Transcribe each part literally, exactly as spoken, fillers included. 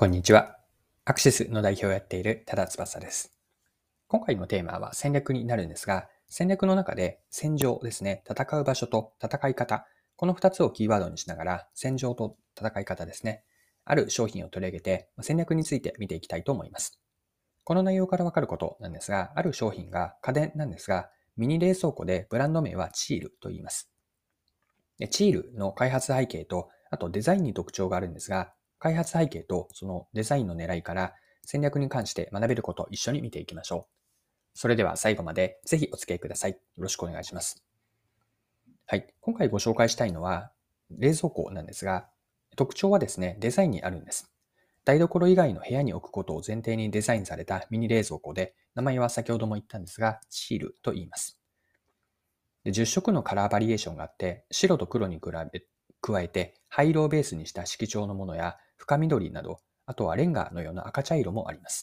こんにちは。アクシスの代表をやっている多田翼です。今回のテーマは戦略になるんですが、戦略の中で戦場ですね、戦う場所と戦い方、このふたつをキーワードにしながら、戦場と戦い方ですね、ある商品を取り上げて戦略について見ていきたいと思います。この内容からわかることなんですが、ある商品が家電なんですが、ミニ冷蔵庫でブランド名はチールと言います。でチールの開発背景と、あとデザインに特徴があるんですが、開発背景とそのデザインの狙いから戦略に関して学べることを一緒に見ていきましょう。それでは最後までぜひお付き合いください。よろしくお願いします。はい。今回ご紹介したいのは冷蔵庫なんですが、特徴はですね、デザインにあるんです。台所以外の部屋に置くことを前提にデザインされたミニ冷蔵庫で、名前は先ほども言ったんですが、シールと言います。でじゅっしょくのカラーバリエーションがあって、白と黒に比べ加えて灰色をベースにした色調のものや深緑など、あとはレンガのような赤茶色もあります。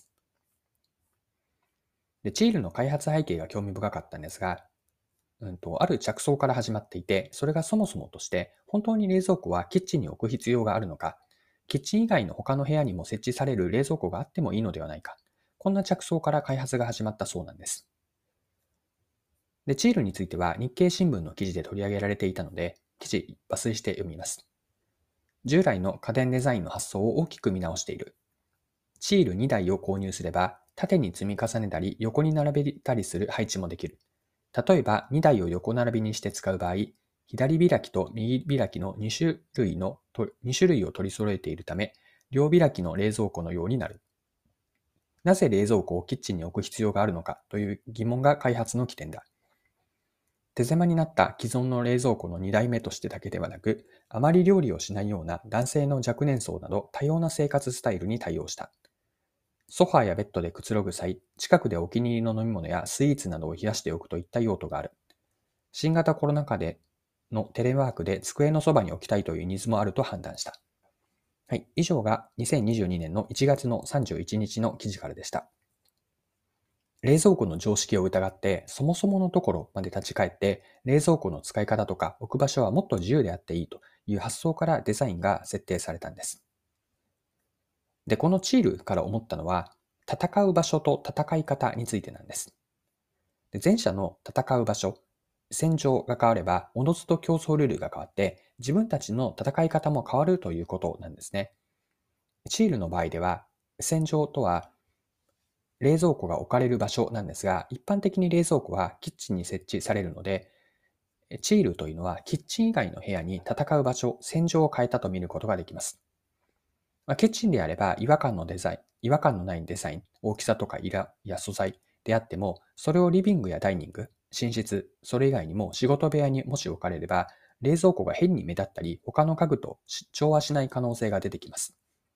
でチールの開発背景が興味深かったんですが、うんと、ある着想から始まっていて、それがそもそもとして、本当に冷蔵庫はキッチンに置く必要があるのか、キッチン以外の他の部屋にも設置される冷蔵庫があってもいいのではないか、こんな着想から開発が始まったそうなんです。で、チールについては日経新聞の記事で取り上げられていたので、記事抜粋して読みます。従来の家電デザインの発想を大きく見直している。チールにだいを購入すれば、縦に積み重ねたり横に並べたりする配置もできる。例えばにだいを横並びにして使う場合、左開きと右開きのに種類のに種類を取り揃えているため、両開きの冷蔵庫のようになる。なぜ冷蔵庫をキッチンに置く必要があるのかという疑問が開発の起点だ。手狭になった既存の冷蔵庫のにだいめとしてだけではなく、あまり料理をしないような男性の若年層など多様な生活スタイルに対応した。ソファーやベッドでくつろぐ際、近くでお気に入りの飲み物やスイーツなどを冷やしておくといった用途がある。新型コロナ禍でのテレワークで机のそばに置きたいというニーズもあると判断した。はい。以上がにせんにじゅうにねんのいちがつのさんじゅういちにちの記事からでした。冷蔵庫の常識を疑って、そもそものところまで立ち返って、冷蔵庫の使い方とか置く場所はもっと自由であっていいという発想からデザインが設定されたんです。で、このチールから思ったのは、戦う場所と戦い方についてなんです。で前者の戦う場所、戦場が変われば、おのずと競争ルールが変わって、自分たちの戦い方も変わるということなんですね。チールの場合では、戦場とは冷蔵庫が置かれる場所なんですが、一般的に冷蔵庫はキッチンに設置されるので、チールというのはキッチン以外の部屋に戦う場所、戦場を変えたと見ることができます。まあ、キッチンであれば違和感のデザイン、違和感のないデザイン、大きさとか色や素材であっても、それをリビングやダイニング、寝室、それ以外にも仕事部屋にもし置かれれば、冷蔵庫が変に目立ったり、他の家具と調和しない可能性が出てきます。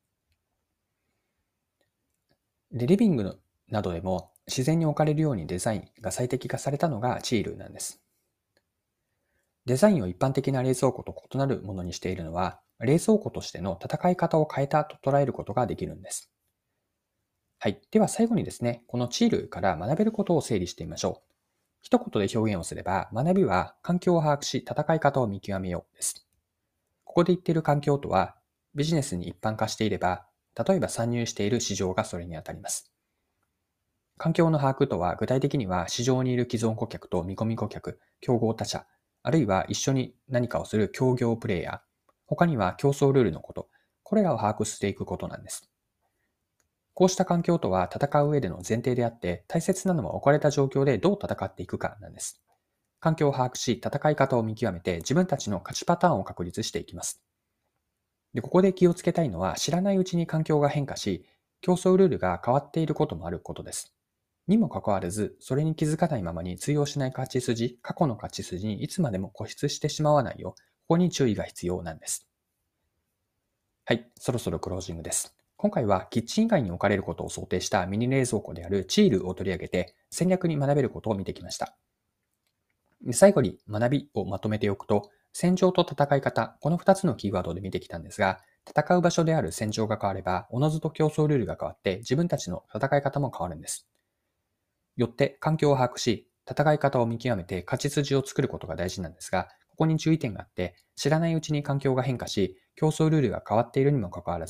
で、リビングなどでも自然に置かれるようにデザインが最適化されたのがチールなんです。デザインを一般的な冷蔵庫と異なるものにしているのは、冷蔵庫としての戦い方を変えたと捉えることができるんです。はい。では最後にですね、このチールから学べることを整理してみましょう。一言で表現をすれば、学びは環境を把握し、戦い方を見極めようです。ここで言っている環境とは、ビジネスに一般化していれば、例えば参入している市場がそれにあたります。環境の把握とは、具体的には市場にいる既存顧客と見込み顧客、競合他社、あるいは一緒に何かをする協業プレイヤー、他には競争ルールのこと、これらを把握していくことなんです。こうした環境とは戦う上での前提であって、大切なのは置かれた状況でどう戦っていくかなんです。環境を把握し、戦い方を見極めて自分たちの勝ちパターンを確立していきます。で、ここで気をつけたいのは、知らないうちに環境が変化し、競争ルールが変わっていることもあることです。にもかかわらず、それに気づかないままに通用しない勝ち筋、過去の勝ち筋にいつまでも固執してしまわないよう、ここに注意が必要なんです。はい、そろそろクロージングです。今回はキッチン以外に置かれることを想定したミニ冷蔵庫であるチールを取り上げて戦略に学べることを見てきました。最後に学びをまとめておくと、戦場と戦い方、このふたつのキーワードで見てきたんですが、戦う場所である戦場が変われば、おのずと競争ルールが変わって自分たちの戦い方も変わるんです。よって環境を把握し、戦い方を見極めて勝ち筋を作ることが大事なんですが、ここに注意点があって、知らないうちに環境が変化し、競争ルールが変わっているにもかかわらず、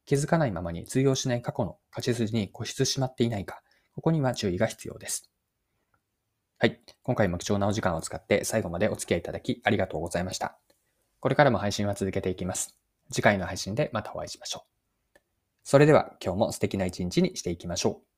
気づかないままに通用しない過去の勝ち筋に固執してしまっていないか、ここには注意が必要です。はい。今回も貴重なお時間を使って最後までお付き合いいただきありがとうございました。これからも配信は続けていきます。次回の配信でまたお会いしましょう。それでは今日も素敵な一日にしていきましょう。